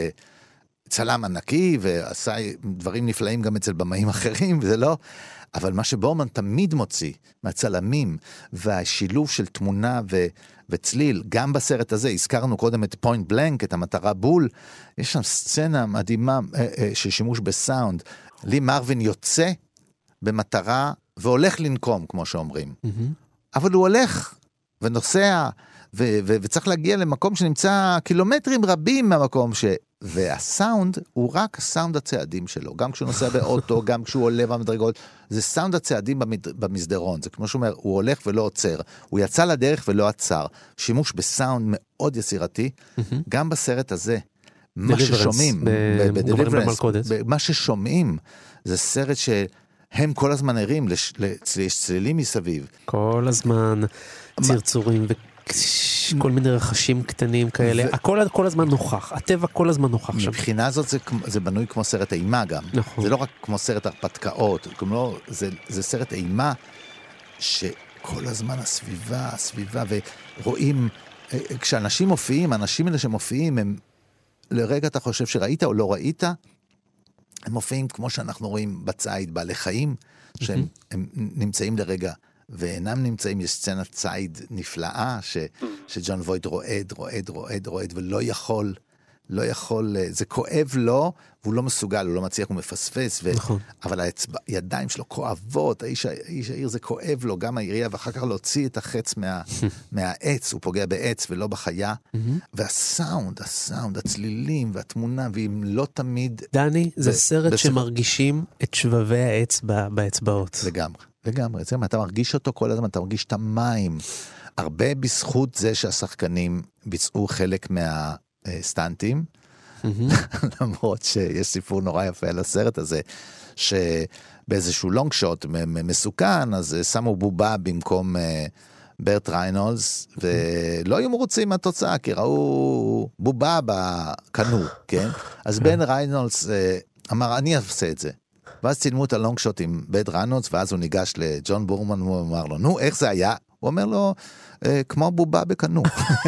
צלם ענקי, ועשה דברים נפלאים גם אצל במאים אחרים, וזה לא... אבל מה שבורמן תמיד מוציא מהצלמים, והשילוב של תמונה ו... וצליל, גם בסרט הזה, הזכרנו קודם את פוינט בלנק, את המטרה בול, יש שם סצנה מדהימה אה, אה, של שימוש בסאונד, לי מרווין יוצא במטרה, והולך לנקום, כמו שאומרים. Mm-hmm. אבל הוא הולך ונוסע, ו- ו- וצריך להגיע למקום שנמצא קילומטרים רבים מהמקום ש... והסאונד הוא רק הסאונד הצעדים שלו, גם כשהוא נוסע באוטו, גם כשהוא עולה במדרגות, זה סאונד הצעדים במסדרון, זה כמו שאומר, הוא הולך ולא עוצר, הוא יצא לדרך ולא עצר, שימוש בסאונד מאוד יצירתי, גם בסרט הזה, מה ששומעים, בדליברנס, מה ששומעים, זה סרט שהם כל הזמן ערים, יש צלילים מסביב. כל הזמן צרצורים ו... כל מיני רחשים קטנים כאלה, הכל כל הזמן נוכח, הטבע כל הזמן נוכח שם. מבחינה זאת זה, זה בנוי כמו סרט אימה גם. נכון. זה לא רק כמו סרט הרפתקאות, כמו, זה, זה סרט אימה שכל הזמן הסביבה, הסביבה, ורואים, כשאנשים מופיעים, האנשים האלה שמופיעים, הם, לרגע אתה חושב שראית או לא ראית, הם מופיעים כמו שאנחנו רואים בצייד, בעלי חיים, שהם הם נמצאים לרגע, ואינם נמצאים, יש סצנת צייד נפלאה, ש, שג'ון וויט רועד, רועד, רועד, רועד, ולא יכול, לא יכול, זה כואב לו, והוא לא מסוגל, הוא לא מצליח, הוא מפספס, ו... נכון. אבל האצבע, הידיים שלו כואבות, האיש, האיש העיר זה כואב לו, גם העירייה, ואחר כך להוציא את החץ מה, מהעץ, הוא פוגע בעץ ולא בחיה, והסאונד, הסאונד, הצלילים והתמונה, ואם לא תמיד... דני, זה סרט בסרט... שמרגישים את שבבי העץ באצבעות. לגמרי. לגמרי, זה מה, אתה מרגיש אותו כל הזמן, אתה מרגיש את המים, הרבה בזכות זה שהשחקנים ביצעו חלק מהסטנטים, למרות שיש סיפור נורא יפה על הסרט הזה, שבאיזשהו לונג שוט מסוכן, אז שמו בובה במקום ברט ריינולדס, ולא היו מרוצים מהתוצאה, כי ראו בובה בקנו, כן? אז בן ריינולדס אמר, אני אעשה את זה. ואז צילמו את הלונג שוט עם בד ריינולדס, ואז הוא ניגש לג'ון בורמן, הוא אמר לו, נו, איך זה היה? הוא אומר לו, כמו בובה בקנו.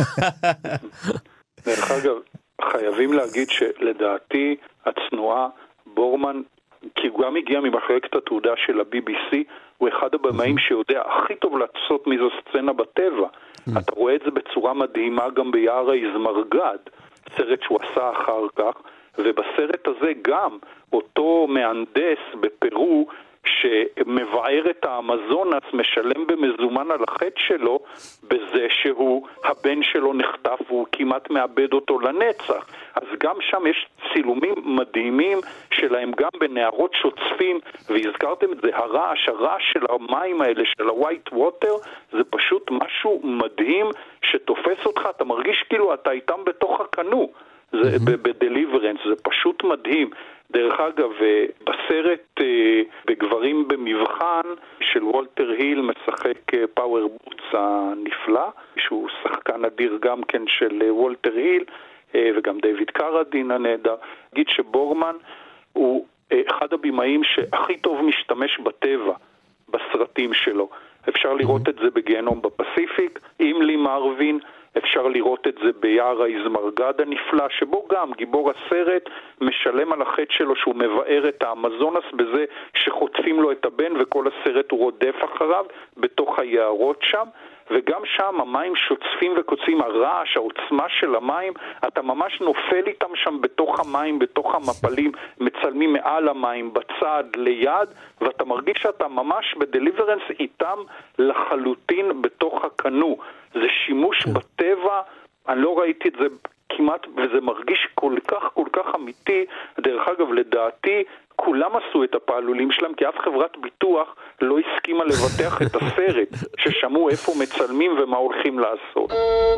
דרך אגב, חייבים להגיד שלדעתי הצנועה, בורמן, כי הוא גם הגיע ממחלקת התעודה של ה-בי בי סי, הוא אחד הבמאים שיודע הכי טוב לעשות מזו סצנה בטבע. אתה רואה את זה בצורה מדהימה גם ביער האזמרגד, סרט שהוא עשה אחר כך, ובסרט הזה גם אותו מהנדס בפרו שמבער את האמזונס משלם במזומן על החטא שלו בזה שהוא, הבן שלו נחטף והוא כמעט מאבד אותו לנצח. אז גם שם יש צילומים מדהימים שלהם גם בנהרות שוצפים, והזכרתם את זה, הרעש, הרעש של המים האלה, של ה-white water, זה פשוט משהו מדהים שתופס אותך, אתה מרגיש כאילו אתה איתם בתוך הקנו. זה בדליברנס, זה פשוט מדהים. דרך אגב, בסרט בגברים במבחן של וולטר היל משחק פאוור בוטס הנפלא, שהוא שחקן אדיר גם כן של וולטר היל, וגם דיוויד קרדין הנהדר. אגיד שבורמן הוא אחד הבימאים שהכי טוב משתמש בטבע בסרטים שלו. אפשר לראות את זה בגיהנום בפסיפיק, עם לי מרווין, אפשר לראות את זה ביער האזמרגד הנפלא, שבו גם גיבור הסרט משלם על החטא שלו שהוא מבאר את האמזונס בזה שחוטפים לו את הבן וכל הסרט הוא רודף אחריו בתוך היערות שם, וגם שם המים שוצפים וקוצים, הרעש, העוצמה של המים, אתה ממש נופל איתם שם בתוך המים, בתוך המפלים, מצלמים מעל המים, בצד, ליד, ואתה מרגיש שאתה ממש בדליברנס איתם לחלוטין בתוך הקנו. זה שימוש בטבע, אני לא ראיתי את זה כמעט, וזה מרגיש כל כך כל כך אמיתי. דרך אגב, לדעתי, כולם עשו את הפעלולים שלהם, כי אף חברת ביטוח לא הסכימה לבטח את הסרט, ששמעו איפה מצלמים ומה הולכים לעשות.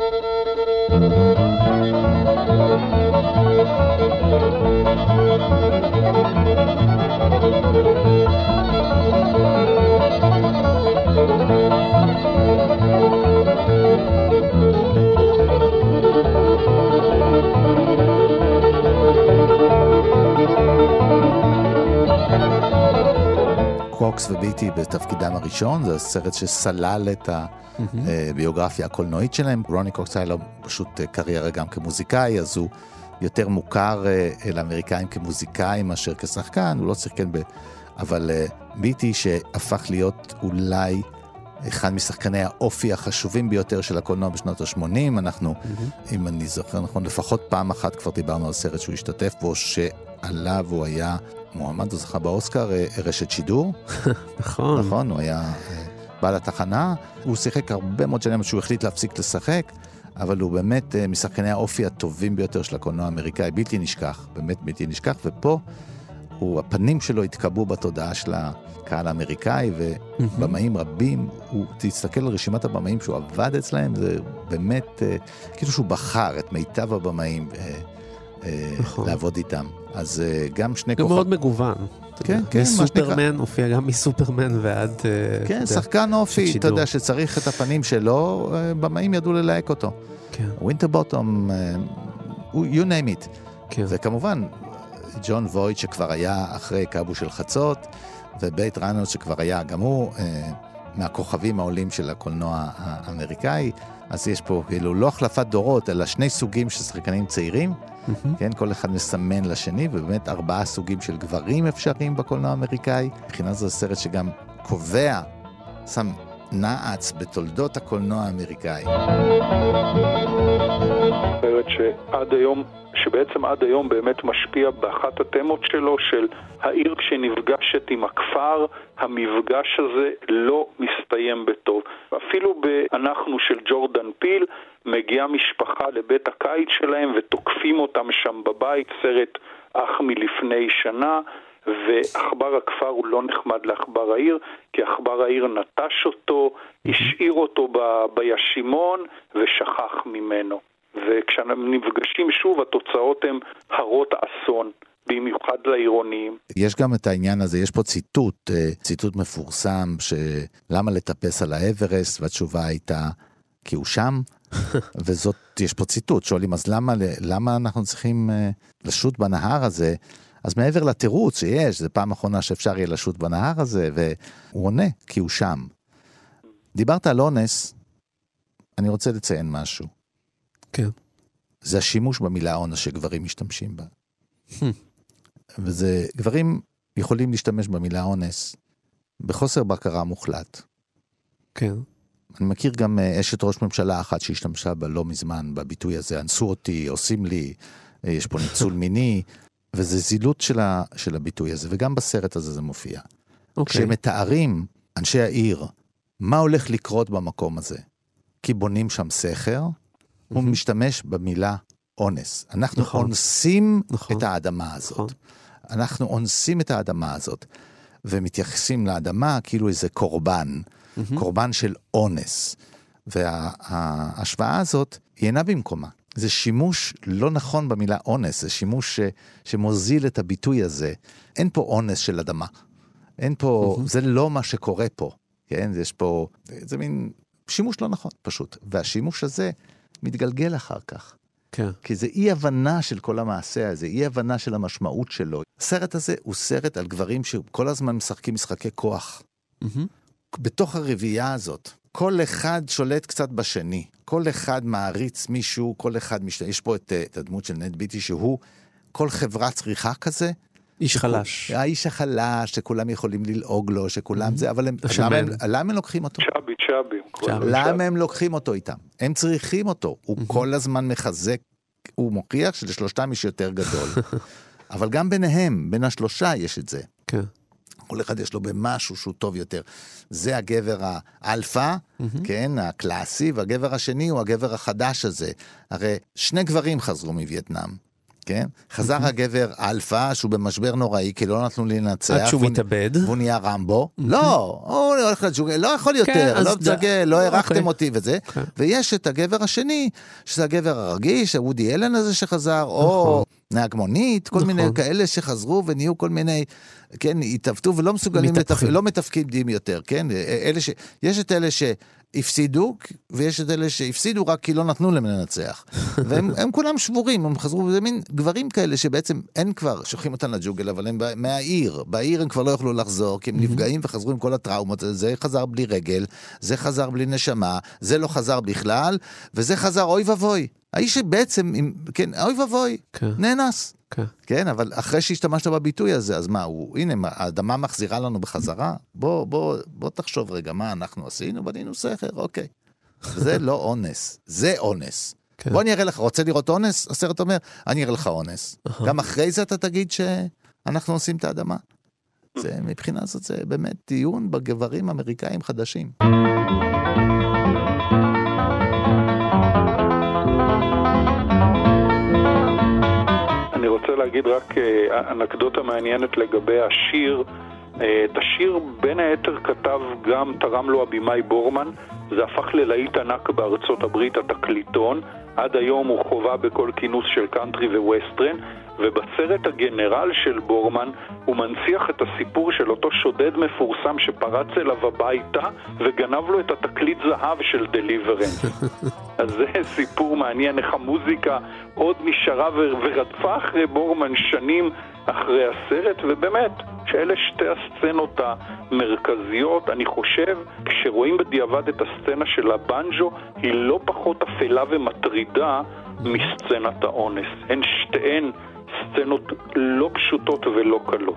קוקס וביטי בתפקידם הראשון, זה סרט שסלל את הביוגרפיה הקולנועית שלהם. רוני קוקס היה לו פשוט קריירה גם כמוזיקאי, אז הוא יותר מוכר לאמריקאים כמוזיקאי מאשר כשחקן, הוא לא שחקן ב... אבל ביטי שהפך להיות אולי אחד משחקני האופי החשובים ביותר של הקולנוע בשנות ה-שמונים, אנחנו, אם אני זוכר נכון, לפחות פעם אחת כבר דיברנו על סרט שהוא השתתף בו, שעליו הוא היה מועמד, הוא זכה באוסקר, רשת שידור. נכון. נכון, הוא היה בעל התחנה, הוא שיחק הרבה מאוד שנים שהוא החליט להפסיק לשחק, אבל הוא באמת משחקני האופי הטובים ביותר של הקולנוע האמריקאי, בלתי נשכח, באמת בלתי נשכח, ופה הוא, הפנים שלו התקבעו בתודעה של הקהל האמריקאי, ובמאים רבים, הוא תסתכל על רשימת הבמאים שהוא עבד אצלהם, זה באמת, כאילו שהוא בחר את מיטב הבמאים נכון. לעבוד איתם. אז גם שני כוכבים. גם מאוד מגוון. כן, כן. מסופרמן, הופיע גם מסופרמן ועד... כן, שחקן אופי, אתה יודע שצריך את הפנים שלו, במאים ידעו ללהק אותו. כן. ווינטר בוטום, you name it. כן. וכמובן, ג'ון וויט שכבר היה אחרי קאבו של חצות, ובייט ריינולדס שכבר היה גם הוא מהכוכבים העולים של הקולנוע האמריקאי, אז יש פה כאילו לא החלפת דורות, אלא שני סוגים של שחקנים צעירים, כן, כל אחד מסמן לשני, ובאמת ארבעה סוגים של גברים אפשריים בקולנוע האמריקאי. מבחינה זו סרט שגם קובע, שם נעץ בתולדות הקולנוע האמריקאי. סרט שעד היום, שבעצם עד היום באמת משפיע באחת התמות שלו, של העיר כשנפגשת עם הכפר, המפגש הזה לא מסתיים בטוב. אפילו באנחנו של ג'ורדן פיל, מגיעה משפחה לבית הקיץ שלהם ותוקפים אותם שם בבית, סרט אח מלפני שנה, ואחבר הכפר הוא לא נחמד לאחבר העיר, כי אחבר העיר נטש אותו, השאיר אותו ב- בישימון ושכח ממנו. וכשאנחנו נפגשים שוב, התוצאות הן הרות אסון, במיוחד לעירוניים. יש גם את העניין הזה, יש פה ציטוט, ציטוט מפורסם, שלמה לטפס על האברסט, והתשובה הייתה, כי הוא שם, וזאת, יש פה ציטוט, שואלים, אז למה, למה אנחנו צריכים לשוט בנהר הזה? אז מעבר לתירוץ שיש, זה פעם אחרונה שאפשר יהיה לשוט בנהר הזה, והוא עונה, כי הוא שם. דיברת על אונס, אני רוצה לציין משהו. כן. זה השימוש במילה אונס שגברים משתמשים בה. וזה, גברים יכולים להשתמש במילה אונס בחוסר בקרה מוחלט. כן. אני מכיר גם אשת ראש ממשלה אחת שהשתמשה בה לא מזמן בביטוי הזה, אנסו אותי, עושים לי, יש פה ניצול מיני, וזה זילות של, ה, של הביטוי הזה, וגם בסרט הזה זה מופיע. אוקיי. כשמתארים אנשי העיר, מה הולך לקרות במקום הזה? כי בונים שם סכר, הוא משתמש במילה אונס. אנחנו נכון. אונסים נכון. את האדמה הזאת. נכון. אנחנו אונסים את האדמה הזאת, ומתייחסים לאדמה כאילו איזה קורבן, mm-hmm. קורבן של אונס. וההשוואה הזאת היא אינה במקומה. זה שימוש לא נכון במילה אונס, זה שימוש ש, שמוזיל את הביטוי הזה. אין פה אונס של אדמה. אין פה, mm-hmm. זה לא מה שקורה פה. כן, יש פה, זה מין שימוש לא נכון, פשוט. והשימוש הזה מתגלגל אחר כך. כן. כי זה אי הבנה של כל המעשה הזה, אי הבנה של המשמעות שלו. הסרט הזה הוא סרט על גברים שכל הזמן משחקים משחקי כוח. Mm-hmm. בתוך הרביעייה הזאת, כל אחד שולט קצת בשני, כל אחד מעריץ מישהו, כל אחד משתנה. יש פה את, את הדמות של נד ביטי, שהוא כל חברה צריכה כזה. איש חלש. האיש החלש, שכולם יכולים ללעוג לו, שכולם זה, אבל הם, למה, הם, למה הם לוקחים אותו? צ'אבי, צ'אבי. למה הם לוקחים אותו איתם? הם צריכים אותו. הוא כל הזמן מחזק, הוא מוכיח שלשלושתם יש יותר גדול. אבל גם ביניהם, בין השלושה יש את זה. כן. כל אחד יש לו במשהו שהוא טוב יותר. זה הגבר האלפא, כן, הקלאסי, והגבר השני הוא הגבר החדש הזה. הרי שני גברים חזרו מווייטנאם. כן? חזר הגבר אלפא, שהוא במשבר נוראי, כי לא נתנו לי לנצח. עד שהוא מתאבד. והוא נהיה רמבו. לא, הוא הולך לג'וגל, לא יכול יותר, לא תגל, לא הרחתם אותי וזה. ויש את הגבר השני, שזה הגבר הרגיש, וודי אלן הזה שחזר, או נהג מונית, כל מיני כאלה שחזרו ונהיו כל מיני, כן, התאבטו ולא מסוגלים, לא מתפקידים יותר, כן? יש את אלה ש... הפסידו, ויש את אלה שהפסידו רק כי לא נתנו להם לנצח. והם הם כולם שבורים, הם חזרו, זה מין גברים כאלה שבעצם אין כבר, שולחים אותם לג'וגל, אבל הם מהעיר, בעיר הם כבר לא יוכלו לחזור, כי הם נפגעים וחזרו עם כל הטראומות, זה חזר בלי רגל, זה חזר בלי נשמה, זה לא חזר בכלל, וזה חזר אוי ובוי. האיש שבעצם, כן, אוי ובוי, נאנס. כן, אבל אחרי שהשתמשת בביטוי הזה, אז מה, הוא, הנה, האדמה מחזירה לנו בחזרה, בוא, בוא, בוא תחשוב רגע, מה אנחנו עשינו, בנינו סכר, אוקיי. זה לא אונס, זה אונס. בוא אני אראה לך, רוצה לראות אונס? הסרט אומר, אני אראה לך אונס. גם אחרי זה אתה תגיד שאנחנו עושים את האדמה. זה, מבחינה זאת, זה באמת דיון בגברים אמריקאים חדשים. אני רוצה להגיד רק אנקדוטה מעניינת לגבי השיר. את השיר בין היתר כתב גם, תרם לו הבימאי בורמן. זה הפך ללהיט ענק בארצות הברית, התקליטון. עד היום הוא חובה בכל כינוס של קאנטרי וווסטרן, ובסרט הגנרל של בורמן הוא מנציח את הסיפור של אותו שודד מפורסם שפרץ אליו הביתה וגנב לו את התקליט זהב של דליברנס. אז זה סיפור מעניין איך המוזיקה עוד נשארה ורדפה אחרי בורמן שנים אחרי הסרט, ובאמת שאלה שתי הסצנות המרכזיות. אני חושב כשרואים בדיעבד את הסצנה של הבנג'ו, היא לא פחות אפלה ומטרידה מסצנת האונס. הן שתיהן סצנות לא פשוטות ולא קלות.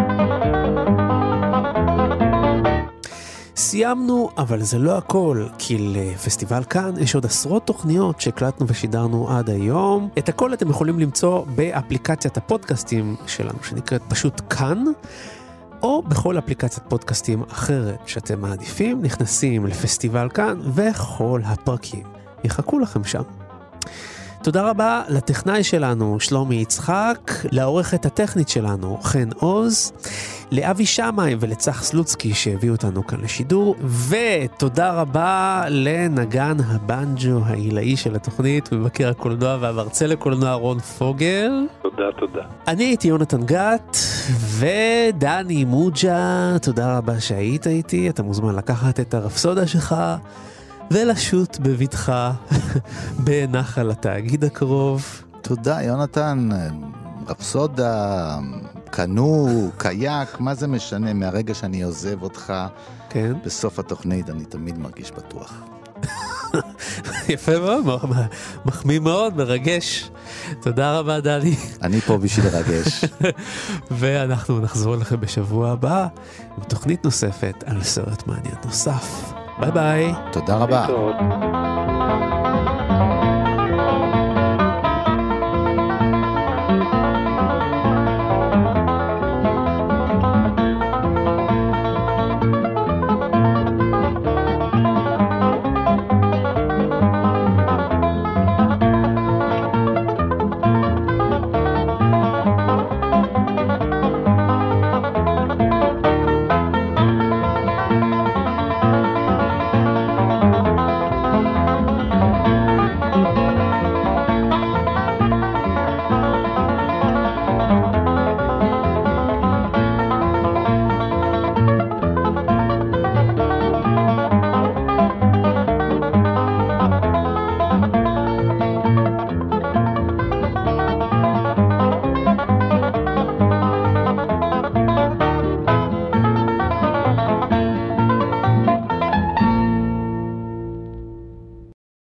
סיימנו, אבל זה לא הכל, כי לפסטיבל כאן יש עוד עשרות תוכניות שהקלטנו ושידרנו עד היום. את הכל אתם יכולים למצוא באפליקציית הפודקאסטים שלנו, שנקראת פשוט כאן, או בכל אפליקציית פודקאסטים אחרת שאתם מעדיפים, נכנסים לפסטיבל כאן, וכל הפרקים יחכו לכם שם. תודה רבה לטכנאי שלנו, שלומי יצחק, לעורכת הטכנית שלנו, חן עוז, לאבי שמאי ולצח סלוצקי שהביאו אותנו כאן לשידור, ותודה רבה לנגן הבנג'ו העילאי של התוכנית, מבקר הקולנוע והמרצה לקולנוע רון פוגל. תודה, תודה. אני הייתי יונתן גת, ודני מוג'ה, תודה רבה שהיית איתי, אתה מוזמן לקחת את הרפסודה שלך, ולשוט בביתך בנחל התאגיד הקרוב. תודה יונתן, רפסודה, קנו, קייק, מה זה משנה? מהרגע שאני עוזב אותך, כן. בסוף התוכנית אני תמיד מרגיש בטוח. יפה מאוד, מחמיא מאוד, מרגש. תודה רבה דני. אני פה בשביל לרגש. ואנחנו נחזור לכם בשבוע הבא עם תוכנית נוספת על סרט מעניין נוסף. ביי ביי. תודה רבה.